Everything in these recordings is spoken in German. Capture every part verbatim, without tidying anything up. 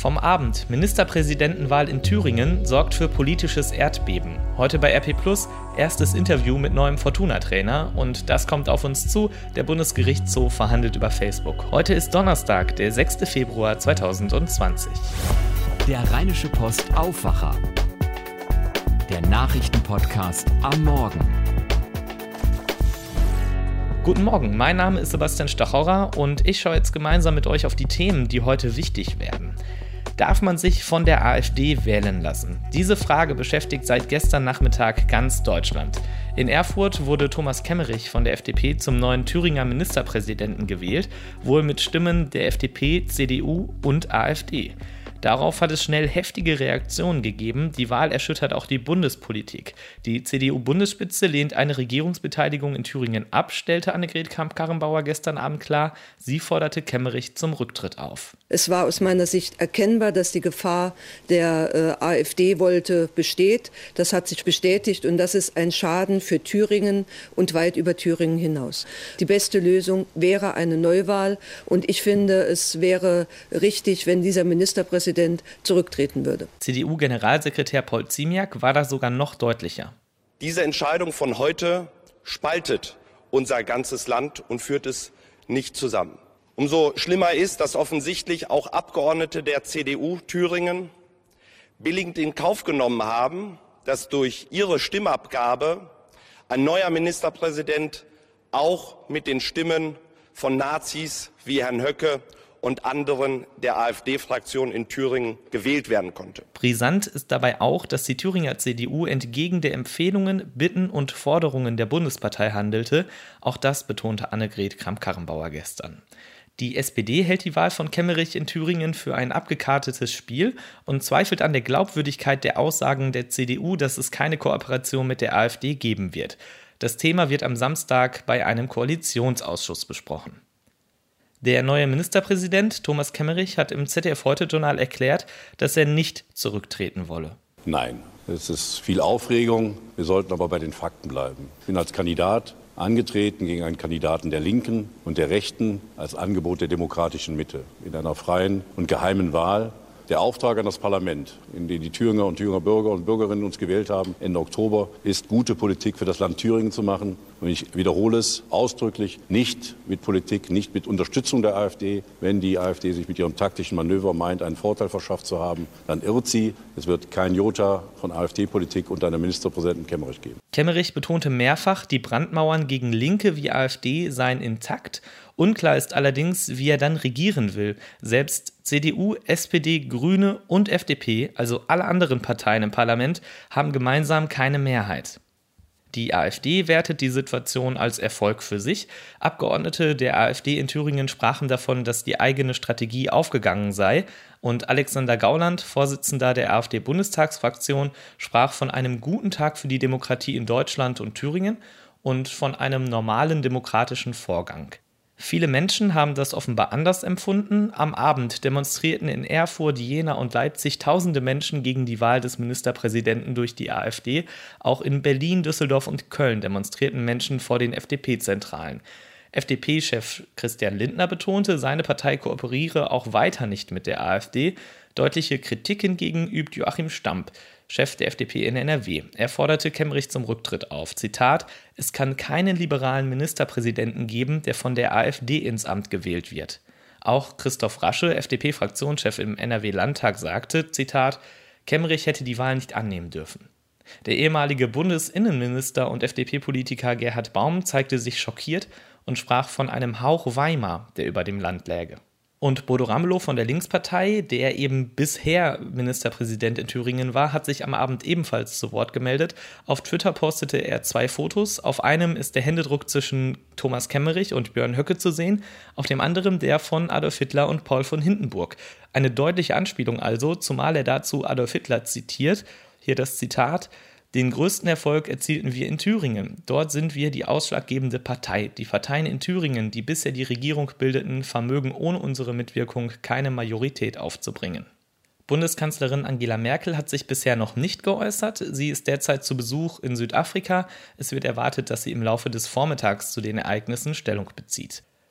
Vom Abend, Ministerpräsidentenwahl in Thüringen sorgt für politisches Erdbeben. Heute bei R P plus, erstes Interview mit neuem Fortuna-Trainer und das kommt auf uns zu, der Bundesgerichtshof verhandelt über Facebook. Heute ist Donnerstag, der sechster Februar zweitausendzwanzig. Der Rheinische Post Aufwacher. Der Nachrichtenpodcast am Morgen. Guten Morgen, mein Name ist Sebastian Stachorra und ich schaue jetzt gemeinsam mit euch auf die Themen, die heute wichtig werden. Darf man sich von der AfD wählen lassen? Diese Frage beschäftigt seit gestern Nachmittag ganz Deutschland. In Erfurt wurde Thomas Kemmerich von der F D P zum neuen Thüringer Ministerpräsidenten gewählt, wohl mit Stimmen der F D P, C D U und AfD. Darauf hat es schnell heftige Reaktionen gegeben. Die Wahl erschüttert auch die Bundespolitik. Die C D U-Bundesspitze lehnt eine Regierungsbeteiligung in Thüringen ab, stellte Annegret Kramp-Karrenbauer gestern Abend klar. Sie forderte Kemmerich zum Rücktritt auf. Es war aus meiner Sicht erkennbar, dass die Gefahr der äh, AfD-Wolte besteht. Das hat sich bestätigt und das ist ein Schaden für Thüringen und weit über Thüringen hinaus. Die beste Lösung wäre eine Neuwahl und ich finde, es wäre richtig, wenn dieser Ministerpräsident zurücktreten würde. C D U-Generalsekretär Paul Ziemiak war da sogar noch deutlicher. Diese Entscheidung von heute spaltet unser ganzes Land und führt es nicht zusammen. Umso schlimmer ist, dass offensichtlich auch Abgeordnete der C D U Thüringen billigend in Kauf genommen haben, dass durch ihre Stimmabgabe ein neuer Ministerpräsident auch mit den Stimmen von Nazis wie Herrn Höcke und anderen der AfD-Fraktion in Thüringen gewählt werden konnte. Brisant ist dabei auch, dass die Thüringer C D U entgegen der Empfehlungen, Bitten und Forderungen der Bundespartei handelte. Auch das betonte Annegret Kramp-Karrenbauer gestern. Die S P D hält die Wahl von Kemmerich in Thüringen für ein abgekartetes Spiel und zweifelt an der Glaubwürdigkeit der Aussagen der C D U, dass es keine Kooperation mit der AfD geben wird. Das Thema wird am Samstag bei einem Koalitionsausschuss besprochen. Der neue Ministerpräsident Thomas Kemmerich hat im Z D F-Heute-Journal erklärt, dass er nicht zurücktreten wolle. Nein, es ist viel Aufregung, wir sollten aber bei den Fakten bleiben. Ich bin als Kandidat angetreten gegen einen Kandidaten der Linken und der Rechten als Angebot der demokratischen Mitte in einer freien und geheimen Wahl. Der Auftrag an das Parlament, in den die Thüringer und Thüringer Bürger und Bürgerinnen uns gewählt haben, Ende Oktober, ist, gute Politik für das Land Thüringen zu machen. Und ich wiederhole es ausdrücklich, nicht mit Politik, nicht mit Unterstützung der AfD. Wenn die AfD sich mit ihrem taktischen Manöver meint, einen Vorteil verschafft zu haben, dann irrt sie. Es wird kein Jota von AfD-Politik unter einem Ministerpräsidenten Kemmerich geben. Kemmerich betonte mehrfach, die Brandmauern gegen Linke wie AfD seien intakt. Unklar ist allerdings, wie er dann regieren will. Selbst C D U, S P D, Grüne und F D P, also alle anderen Parteien im Parlament, haben gemeinsam keine Mehrheit. Die AfD wertet die Situation als Erfolg für sich. Abgeordnete der AfD in Thüringen sprachen davon, dass die eigene Strategie aufgegangen sei. Und Alexander Gauland, Vorsitzender der AfD-Bundestagsfraktion, sprach von einem guten Tag für die Demokratie in Deutschland und Thüringen und von einem normalen demokratischen Vorgang. Viele Menschen haben das offenbar anders empfunden. Am Abend demonstrierten in Erfurt, Jena und Leipzig tausende Menschen gegen die Wahl des Ministerpräsidenten durch die AfD. Auch in Berlin, Düsseldorf und Köln demonstrierten Menschen vor den F D P-Zentralen. F D P-Chef Christian Lindner betonte, seine Partei kooperiere auch weiter nicht mit der AfD. Deutliche Kritik hingegen übt Joachim Stamp, Chef der F D P in N R W. Er forderte Kemmerich zum Rücktritt auf. Zitat: Es kann keinen liberalen Ministerpräsidenten geben, der von der AfD ins Amt gewählt wird. Auch Christoph Rasche, F D P-Fraktionschef im N R W-Landtag, sagte, Zitat: Kemmerich hätte die Wahl nicht annehmen dürfen. Der ehemalige Bundesinnenminister und F D P-Politiker Gerhard Baum zeigte sich schockiert und sprach von einem Hauch Weimar, der über dem Land läge. Und Bodo Ramelow von der Linkspartei, der eben bisher Ministerpräsident in Thüringen war, hat sich am Abend ebenfalls zu Wort gemeldet. Auf Twitter postete er zwei Fotos. Auf einem ist der Händedruck zwischen Thomas Kemmerich und Björn Höcke zu sehen, auf dem anderen der von Adolf Hitler und Paul von Hindenburg. Eine deutliche Anspielung also, zumal er dazu Adolf Hitler zitiert. Hier das Zitat: Den größten Erfolg erzielten wir in Thüringen. Dort sind wir die ausschlaggebende Partei. Die Parteien in Thüringen, die bisher die Regierung bildeten, vermögen ohne unsere Mitwirkung keine Majorität aufzubringen. Bundeskanzlerin Angela Merkel hat sich bisher noch nicht geäußert. Sie ist derzeit zu Besuch in Südafrika. Es wird erwartet, dass sie im Laufe des Vormittags zu den Ereignissen Stellung bezieht.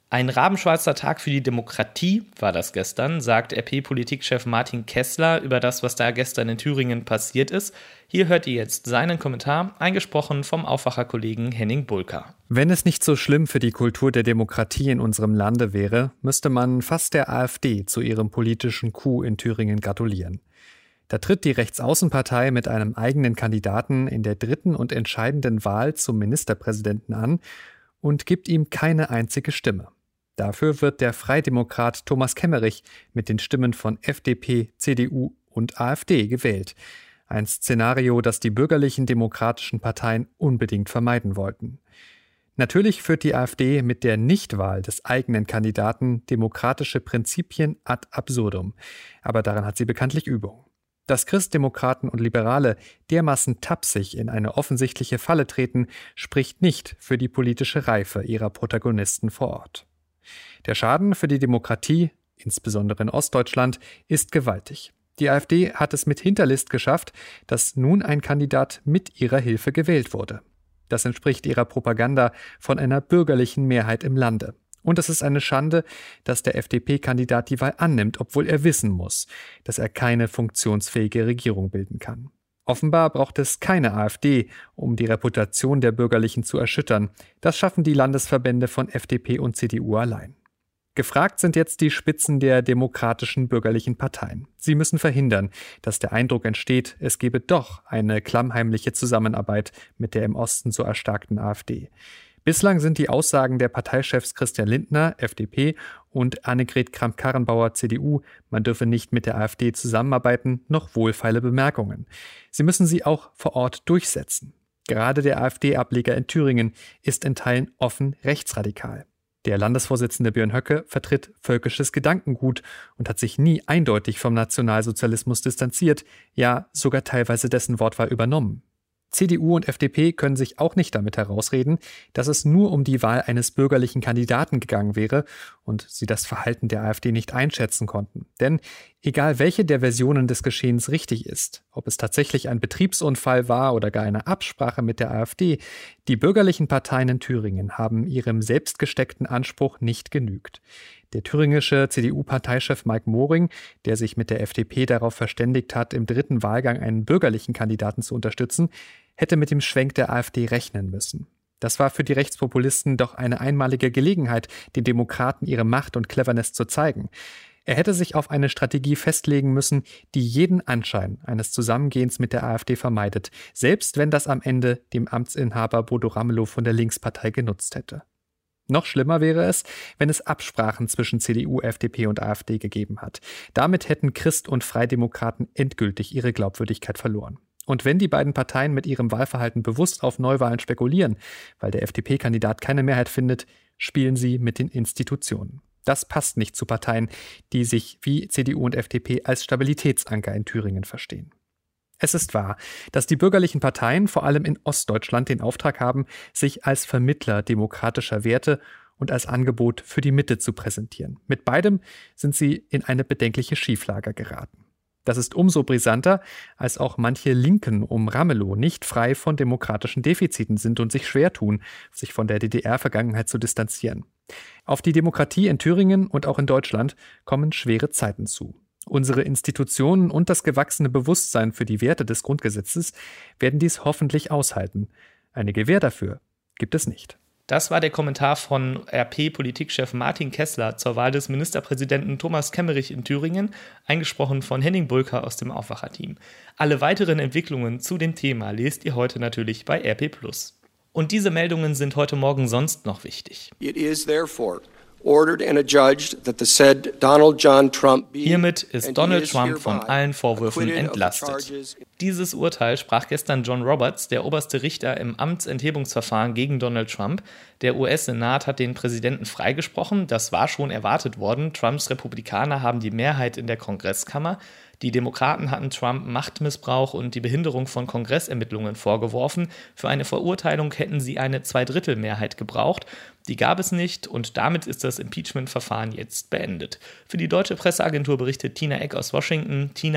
Ein rabenschwarzer Tag für die Demokratie war das gestern, sagt R P-Politikchef Martin Kessler über das, was da gestern in Thüringen passiert ist. Hier hört ihr jetzt seinen Kommentar, eingesprochen vom Aufwacherkollegen Henning Bulka. Wenn es nicht so schlimm für die Kultur der Demokratie in unserem Lande wäre, müsste man fast der AfD zu ihrem politischen Coup in Thüringen gratulieren. Da tritt die Rechtsaußenpartei mit einem eigenen Kandidaten in der dritten und entscheidenden Wahl zum Ministerpräsidenten an und gibt ihm keine einzige Stimme. Dafür wird der Freidemokrat Thomas Kemmerich mit den Stimmen von F D P, C D U und AfD gewählt. Ein Szenario, das die bürgerlichen demokratischen Parteien unbedingt vermeiden wollten. Natürlich führt die AfD mit der Nichtwahl des eigenen Kandidaten demokratische Prinzipien ad absurdum. Aber daran hat sie bekanntlich Übung. Dass Christdemokraten und Liberale dermaßen tapsig in eine offensichtliche Falle treten, spricht nicht für die politische Reife ihrer Protagonisten vor Ort. Der Schaden für die Demokratie, insbesondere in Ostdeutschland, ist gewaltig. Die AfD hat es mit Hinterlist geschafft, dass nun ein Kandidat mit ihrer Hilfe gewählt wurde. Das entspricht ihrer Propaganda von einer bürgerlichen Mehrheit im Lande. Und es ist eine Schande, dass der F D P-Kandidat die Wahl annimmt, obwohl er wissen muss, dass er keine funktionsfähige Regierung bilden kann. Offenbar braucht es keine AfD, um die Reputation der Bürgerlichen zu erschüttern. Das schaffen die Landesverbände von F D P und C D U allein. Gefragt sind jetzt die Spitzen der demokratischen bürgerlichen Parteien. Sie müssen verhindern, dass der Eindruck entsteht, es gebe doch eine klammheimliche Zusammenarbeit mit der im Osten so erstarkten AfD. Bislang sind die Aussagen der Parteichefs Christian Lindner, F D P, und Annegret Kramp-Karrenbauer, C D U, man dürfe nicht mit der AfD zusammenarbeiten, noch wohlfeile Bemerkungen. Sie müssen sie auch vor Ort durchsetzen. Gerade der AfD-Ableger in Thüringen ist in Teilen offen rechtsradikal. Der Landesvorsitzende Björn Höcke vertritt völkisches Gedankengut und hat sich nie eindeutig vom Nationalsozialismus distanziert, ja sogar teilweise dessen Wortwahl übernommen. C D U und F D P können sich auch nicht damit herausreden, dass es nur um die Wahl eines bürgerlichen Kandidaten gegangen wäre und sie das Verhalten der AfD nicht einschätzen konnten. Denn egal welche der Versionen des Geschehens richtig ist, ob es tatsächlich ein Betriebsunfall war oder gar eine Absprache mit der AfD, die bürgerlichen Parteien in Thüringen haben ihrem selbstgesteckten Anspruch nicht genügt. Der thüringische C D U-Parteichef Mike Moring, der sich mit der F D P darauf verständigt hat, im dritten Wahlgang einen bürgerlichen Kandidaten zu unterstützen, hätte mit dem Schwenk der AfD rechnen müssen. Das war für die Rechtspopulisten doch eine einmalige Gelegenheit, den Demokraten ihre Macht und Cleverness zu zeigen. Er hätte sich auf eine Strategie festlegen müssen, die jeden Anschein eines Zusammengehens mit der AfD vermeidet, selbst wenn das am Ende dem Amtsinhaber Bodo Ramelow von der Linkspartei genutzt hätte. Noch schlimmer wäre es, wenn es Absprachen zwischen C D U, F D P und AfD gegeben hat. Damit hätten Christ- und Freidemokraten endgültig ihre Glaubwürdigkeit verloren. Und wenn die beiden Parteien mit ihrem Wahlverhalten bewusst auf Neuwahlen spekulieren, weil der F D P-Kandidat keine Mehrheit findet, spielen sie mit den Institutionen. Das passt nicht zu Parteien, die sich wie C D U und F D P als Stabilitätsanker in Thüringen verstehen. Es ist wahr, dass die bürgerlichen Parteien vor allem in Ostdeutschland den Auftrag haben, sich als Vermittler demokratischer Werte und als Angebot für die Mitte zu präsentieren. Mit beidem sind sie in eine bedenkliche Schieflage geraten. Das ist umso brisanter, als auch manche Linken um Ramelow nicht frei von demokratischen Defiziten sind und sich schwer tun, sich von der D D R-Vergangenheit zu distanzieren. Auf die Demokratie in Thüringen und auch in Deutschland kommen schwere Zeiten zu. Unsere Institutionen und das gewachsene Bewusstsein für die Werte des Grundgesetzes werden dies hoffentlich aushalten. Eine Gewähr dafür gibt es nicht. Das war der Kommentar von R P-Politikchef Martin Kessler zur Wahl des Ministerpräsidenten Thomas Kemmerich in Thüringen, eingesprochen von Henning Bulka aus dem Aufwacherteam. Alle weiteren Entwicklungen zu dem Thema lest ihr heute natürlich bei R P plus. Und diese Meldungen sind heute Morgen sonst noch wichtig. It is therefore ordered and adjudged that the said Donald John Trump be Hiermit ist Donald Trump von allen Vorwürfen entlastet. Dieses Urteil sprach gestern John Roberts, der oberste Richter im Amtsenthebungsverfahren gegen Donald Trump. Der U S-Senat hat den Präsidenten freigesprochen. Das war schon erwartet worden. Trumps Republikaner haben die Mehrheit in der Kongresskammer. Die Demokraten hatten Trump Machtmissbrauch und die Behinderung von Kongressermittlungen vorgeworfen. Für eine Verurteilung hätten sie eine Zweidrittelmehrheit gebraucht. Die gab es nicht und damit ist das Impeachment-Verfahren jetzt beendet. Für die deutsche Presseagentur berichtet Tina Eck aus Washington. Tina,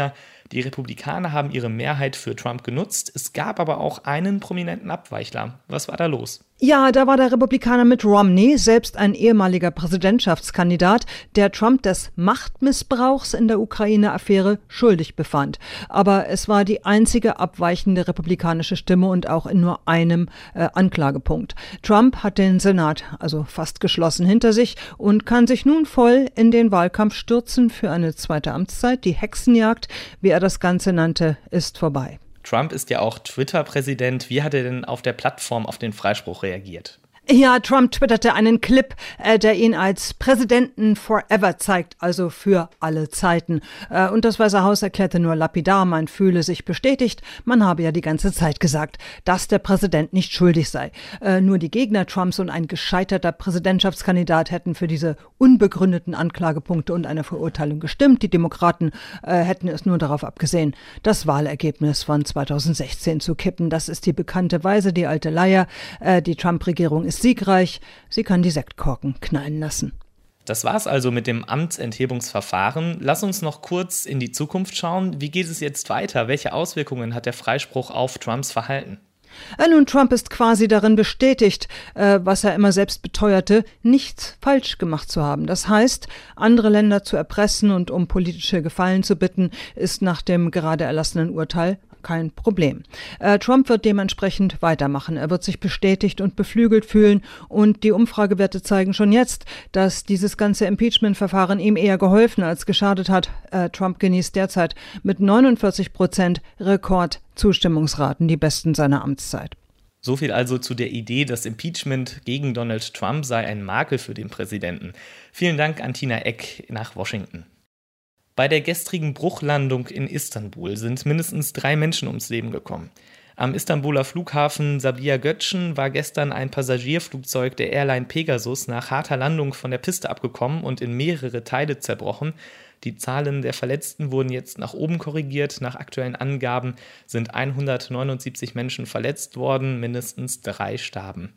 Die Republikaner haben ihre Mehrheit für Trump genutzt. Es gab aber auch einen prominenten Abweichler. Was war da los? Ja, da war der Republikaner Mitt Romney, selbst ein ehemaliger Präsidentschaftskandidat, der Trump des Machtmissbrauchs in der Ukraine-Affäre schuldig befand. Aber es war die einzige abweichende republikanische Stimme und auch in nur einem äh, Anklagepunkt. Trump hat den Senat also fast geschlossen hinter sich und kann sich nun voll in den Wahlkampf stürzen für eine zweite Amtszeit. Die Hexenjagd, wie er das Ganze nannte, ist vorbei. Trump ist ja auch Twitter-Präsident. Wie hat er denn auf der Plattform auf den Freispruch reagiert? Ja, Trump twitterte einen Clip, äh, der ihn als Präsidenten forever zeigt, also für alle Zeiten. Äh, und das Weiße Haus erklärte nur lapidar, man fühle sich bestätigt. Man habe ja die ganze Zeit gesagt, dass der Präsident nicht schuldig sei. Äh, nur die Gegner Trumps und ein gescheiterter Präsidentschaftskandidat hätten für diese unbegründeten Anklagepunkte und eine Verurteilung gestimmt. Die Demokraten äh, hätten es nur darauf abgesehen, das Wahlergebnis von zweitausendsechzehn zu kippen. Das ist die bekannte Weise, die alte Leier. Äh, die Trump-Regierung ist siegreich, sie kann die Sektkorken knallen lassen. Das war's also mit dem Amtsenthebungsverfahren. Lass uns noch kurz in die Zukunft schauen. Wie geht es jetzt weiter? Welche Auswirkungen hat der Freispruch auf Trumps Verhalten? Nun, Trump ist quasi darin bestätigt, äh, was er immer selbst beteuerte, nichts falsch gemacht zu haben. Das heißt, andere Länder zu erpressen und um politische Gefallen zu bitten, ist nach dem gerade erlassenen Urteil kein Problem. Äh, Trump wird dementsprechend weitermachen. Er wird sich bestätigt und beflügelt fühlen und die Umfragewerte zeigen schon jetzt, dass dieses ganze Impeachment-Verfahren ihm eher geholfen als geschadet hat. Äh, Trump genießt derzeit mit neunundvierzig Prozent Rekordzustimmungsraten, die besten seiner Amtszeit. So viel also zu der Idee, das Impeachment gegen Donald Trump sei ein Makel für den Präsidenten. Vielen Dank an Tina Eck nach Washington. Bei der gestrigen Bruchlandung in Istanbul sind mindestens drei Menschen ums Leben gekommen. Am Istanbuler Flughafen Sabiha Gökçen war gestern ein Passagierflugzeug der Airline Pegasus nach harter Landung von der Piste abgekommen und in mehrere Teile zerbrochen. Die Zahlen der Verletzten wurden jetzt nach oben korrigiert. Nach aktuellen Angaben sind hundertneunundsiebzig Menschen verletzt worden, mindestens drei starben.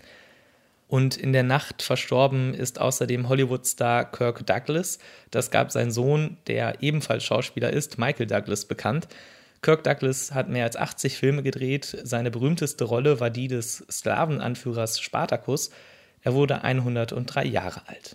Und in der Nacht verstorben ist außerdem Hollywood-Star Kirk Douglas. Das gab sein Sohn, der ebenfalls Schauspieler ist, Michael Douglas, bekannt. Kirk Douglas hat mehr als achtzig Filme gedreht. Seine berühmteste Rolle war die des Sklavenanführers Spartacus. Er wurde hundertdrei Jahre alt.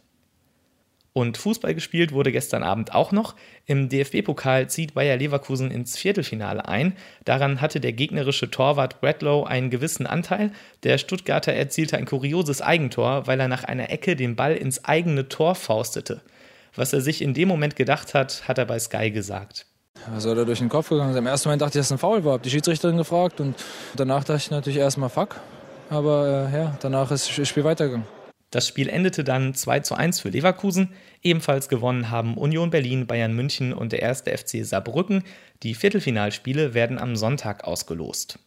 Und Fußball gespielt wurde gestern Abend auch noch. Im D F B-Pokal zieht Bayer Leverkusen ins Viertelfinale ein. Daran hatte der gegnerische Torwart Bradlow einen gewissen Anteil. Der Stuttgarter erzielte ein kurioses Eigentor, weil er nach einer Ecke den Ball ins eigene Tor faustete. Was er sich in dem Moment gedacht hat, hat er bei Sky gesagt. Was soll da durch den Kopf gegangen sein? Im ersten Moment dachte ich, dass es ein Foul war. Hab die Schiedsrichterin gefragt und danach dachte ich natürlich erstmal fuck. Aber äh, ja, danach ist das Spiel weitergegangen. Das Spiel endete dann zwei zu eins für Leverkusen. Ebenfalls gewonnen haben Union Berlin, Bayern München und der erste F C Saarbrücken. Die Viertelfinalspiele werden am Sonntag ausgelost.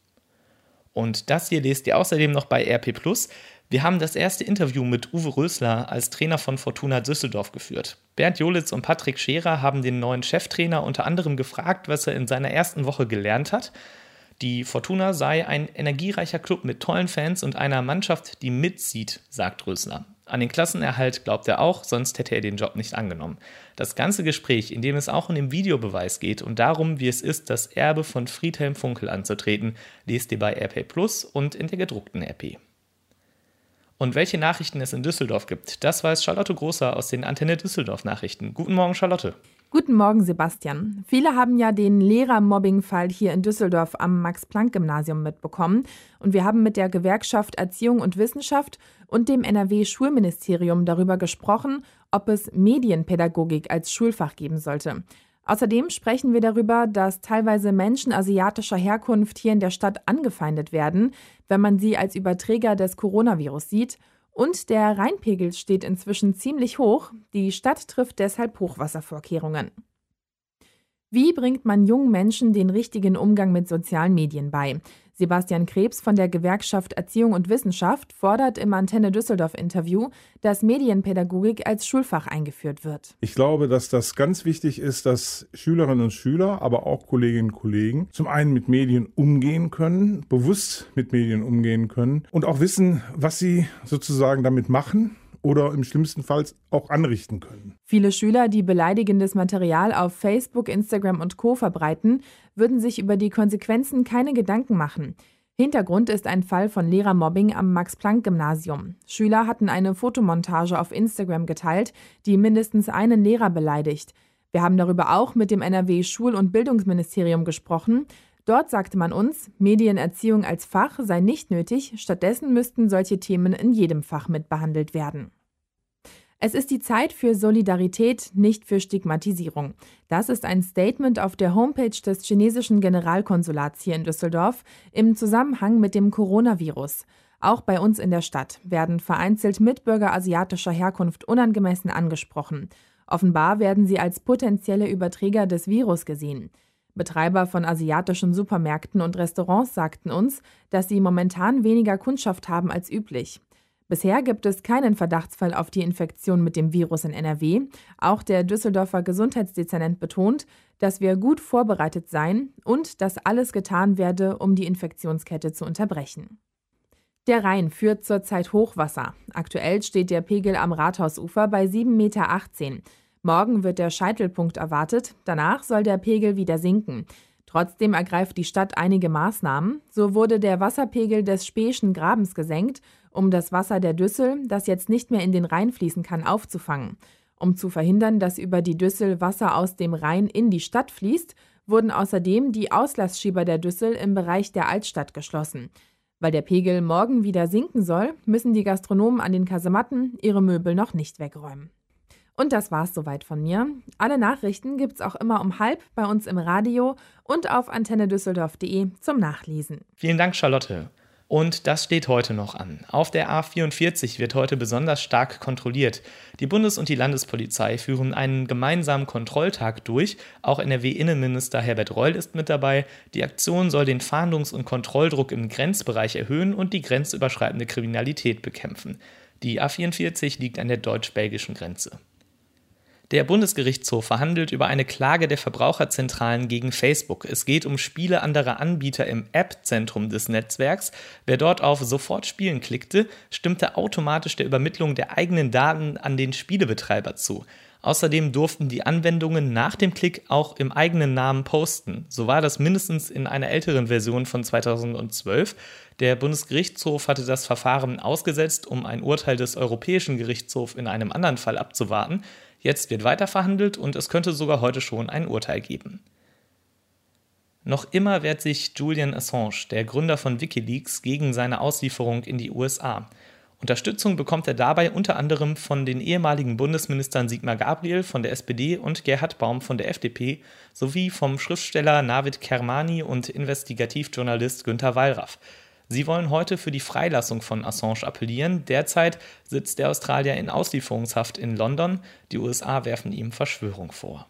Und das hier lest ihr außerdem noch bei R P plus. Wir haben das erste Interview mit Uwe Rösler als Trainer von Fortuna Düsseldorf geführt. Bernd Jolitz und Patrick Scherer haben den neuen Cheftrainer unter anderem gefragt, was er in seiner ersten Woche gelernt hat. Die Fortuna sei ein energiereicher Club mit tollen Fans und einer Mannschaft, die mitzieht, sagt Rösler. An den Klassenerhalt glaubt er auch, sonst hätte er den Job nicht angenommen. Das ganze Gespräch, in dem es auch um den Videobeweis geht und darum, wie es ist, das Erbe von Friedhelm Funkel anzutreten, lest ihr bei R P plus und in der gedruckten R P. Und welche Nachrichten es in Düsseldorf gibt, das weiß Charlotte Großer aus den Antenne Düsseldorf Nachrichten. Guten Morgen, Charlotte. Guten Morgen, Sebastian. Viele haben ja den Lehrermobbing-Fall hier in Düsseldorf am Max-Planck-Gymnasium mitbekommen. Und wir haben mit der Gewerkschaft Erziehung und Wissenschaft und dem N R W-Schulministerium darüber gesprochen, ob es Medienpädagogik als Schulfach geben sollte. Außerdem sprechen wir darüber, dass teilweise Menschen asiatischer Herkunft hier in der Stadt angefeindet werden, wenn man sie als Überträger des Coronavirus sieht. Und der Rheinpegel steht inzwischen ziemlich hoch. Die Stadt trifft deshalb Hochwasservorkehrungen. Wie bringt man jungen Menschen den richtigen Umgang mit sozialen Medien bei? Sebastian Krebs von der Gewerkschaft Erziehung und Wissenschaft fordert im Antenne Düsseldorf-Interview, dass Medienpädagogik als Schulfach eingeführt wird. Ich glaube, dass das ganz wichtig ist, dass Schülerinnen und Schüler, aber auch Kolleginnen und Kollegen zum einen mit Medien umgehen können, bewusst mit Medien umgehen können und auch wissen, was sie sozusagen damit machen oder im schlimmsten Fall auch anrichten können. Viele Schüler, die beleidigendes Material auf Facebook, Instagram und Co. verbreiten, würden sich über die Konsequenzen keine Gedanken machen. Hintergrund ist ein Fall von Lehrermobbing am Max-Planck-Gymnasium. Schüler hatten eine Fotomontage auf Instagram geteilt, die mindestens einen Lehrer beleidigt. Wir haben darüber auch mit dem N R W-Schul- und Bildungsministerium gesprochen. Dort sagte man uns, Medienerziehung als Fach sei nicht nötig, stattdessen müssten solche Themen in jedem Fach mitbehandelt werden. Es ist die Zeit für Solidarität, nicht für Stigmatisierung. Das ist ein Statement auf der Homepage des chinesischen Generalkonsulats hier in Düsseldorf im Zusammenhang mit dem Coronavirus. Auch bei uns in der Stadt werden vereinzelt Mitbürger asiatischer Herkunft unangemessen angesprochen. Offenbar werden sie als potenzielle Überträger des Virus gesehen. Betreiber von asiatischen Supermärkten und Restaurants sagten uns, dass sie momentan weniger Kundschaft haben als üblich. Bisher gibt es keinen Verdachtsfall auf die Infektion mit dem Virus in N R W. Auch der Düsseldorfer Gesundheitsdezernent betont, dass wir gut vorbereitet seien und dass alles getan werde, um die Infektionskette zu unterbrechen. Der Rhein führt zurzeit Hochwasser. Aktuell steht der Pegel am Rathausufer bei sieben Komma achtzehn Meter. Morgen wird der Scheitelpunkt erwartet, danach soll der Pegel wieder sinken. Trotzdem ergreift die Stadt einige Maßnahmen. So wurde der Wasserpegel des Speeschen Grabens gesenkt, um das Wasser der Düssel, das jetzt nicht mehr in den Rhein fließen kann, aufzufangen. Um zu verhindern, dass über die Düssel Wasser aus dem Rhein in die Stadt fließt, wurden außerdem die Auslassschieber der Düssel im Bereich der Altstadt geschlossen. Weil der Pegel morgen wieder sinken soll, müssen die Gastronomen an den Kasematten ihre Möbel noch nicht wegräumen. Und das war's soweit von mir. Alle Nachrichten gibt's auch immer um halb bei uns im Radio und auf antenne düsseldorf punkt de zum Nachlesen. Vielen Dank, Charlotte. Und das steht heute noch an. Auf der A vierundvierzig wird heute besonders stark kontrolliert. Die Bundes- und die Landespolizei führen einen gemeinsamen Kontrolltag durch. Auch N R W-Innenminister Herbert Reul ist mit dabei. Die Aktion soll den Fahndungs- und Kontrolldruck im Grenzbereich erhöhen und die grenzüberschreitende Kriminalität bekämpfen. Die A vierundvierzig liegt an der deutsch-belgischen Grenze. Der Bundesgerichtshof verhandelt über eine Klage der Verbraucherzentralen gegen Facebook. Es geht um Spiele anderer Anbieter im App-Zentrum des Netzwerks. Wer dort auf Sofort spielen klickte, stimmte automatisch der Übermittlung der eigenen Daten an den Spielebetreiber zu. Außerdem durften die Anwendungen nach dem Klick auch im eigenen Namen posten. So war das mindestens in einer älteren Version von zweitausendzwölf. Der Bundesgerichtshof hatte das Verfahren ausgesetzt, um ein Urteil des Europäischen Gerichtshofs in einem anderen Fall abzuwarten. Jetzt wird weiter verhandelt und es könnte sogar heute schon ein Urteil geben. Noch immer wehrt sich Julian Assange, der Gründer von WikiLeaks, gegen seine Auslieferung in die U S A. Unterstützung bekommt er dabei unter anderem von den ehemaligen Bundesministern Sigmar Gabriel von der S P D und Gerhard Baum von der F D P sowie vom Schriftsteller Navid Kermani und Investigativjournalist Günter Wallraff. Sie wollen heute für die Freilassung von Assange appellieren. Derzeit sitzt der Australier in Auslieferungshaft in London. Die U S A werfen ihm Verschwörung vor.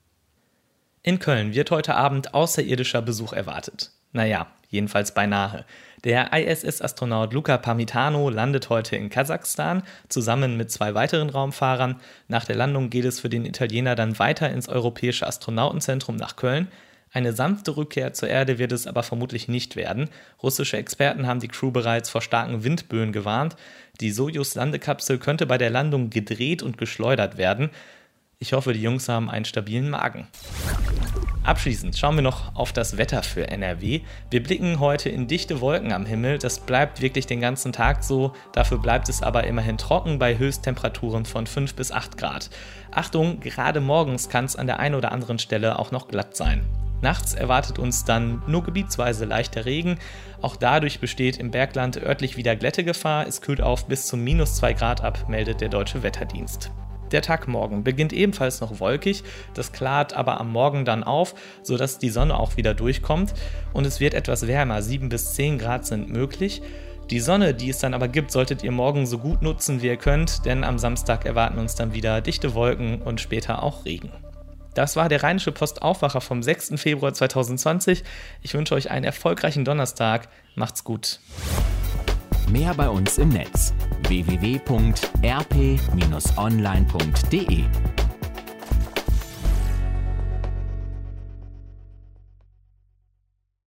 In Köln wird heute Abend außerirdischer Besuch erwartet. Naja, jedenfalls beinahe. Der I S S-Astronaut Luca Parmitano landet heute in Kasachstan, zusammen mit zwei weiteren Raumfahrern. Nach der Landung geht es für den Italiener dann weiter ins Europäische Astronautenzentrum nach Köln. Eine sanfte Rückkehr zur Erde wird es aber vermutlich nicht werden. Russische Experten haben die Crew bereits vor starken Windböen gewarnt. Die Sojus-Landekapsel könnte bei der Landung gedreht und geschleudert werden. Ich hoffe, die Jungs haben einen stabilen Magen. Abschließend schauen wir noch auf das Wetter für N R W. Wir blicken heute in dichte Wolken am Himmel. Das bleibt wirklich den ganzen Tag so. Dafür bleibt es aber immerhin trocken bei Höchsttemperaturen von fünf bis acht Grad. Achtung, gerade morgens kann es an der einen oder anderen Stelle auch noch glatt sein. Nachts erwartet uns dann nur gebietsweise leichter Regen. Auch dadurch besteht im Bergland örtlich wieder Glättegefahr. Es kühlt auf bis zu minus zwei Grad ab, meldet der Deutsche Wetterdienst. Der Tag morgen beginnt ebenfalls noch wolkig, das klart aber am Morgen dann auf, sodass die Sonne auch wieder durchkommt und es wird etwas wärmer, sieben bis zehn Grad sind möglich. Die Sonne, die es dann aber gibt, solltet ihr morgen so gut nutzen, wie ihr könnt, denn am Samstag erwarten uns dann wieder dichte Wolken und später auch Regen. Das war der Rheinische Post Aufwacher vom sechsten Februar zweitausendzwanzig. Ich wünsche euch einen erfolgreichen Donnerstag. Macht's gut. Mehr bei uns im Netz w w w punkt r p Bindestrich online punkt d e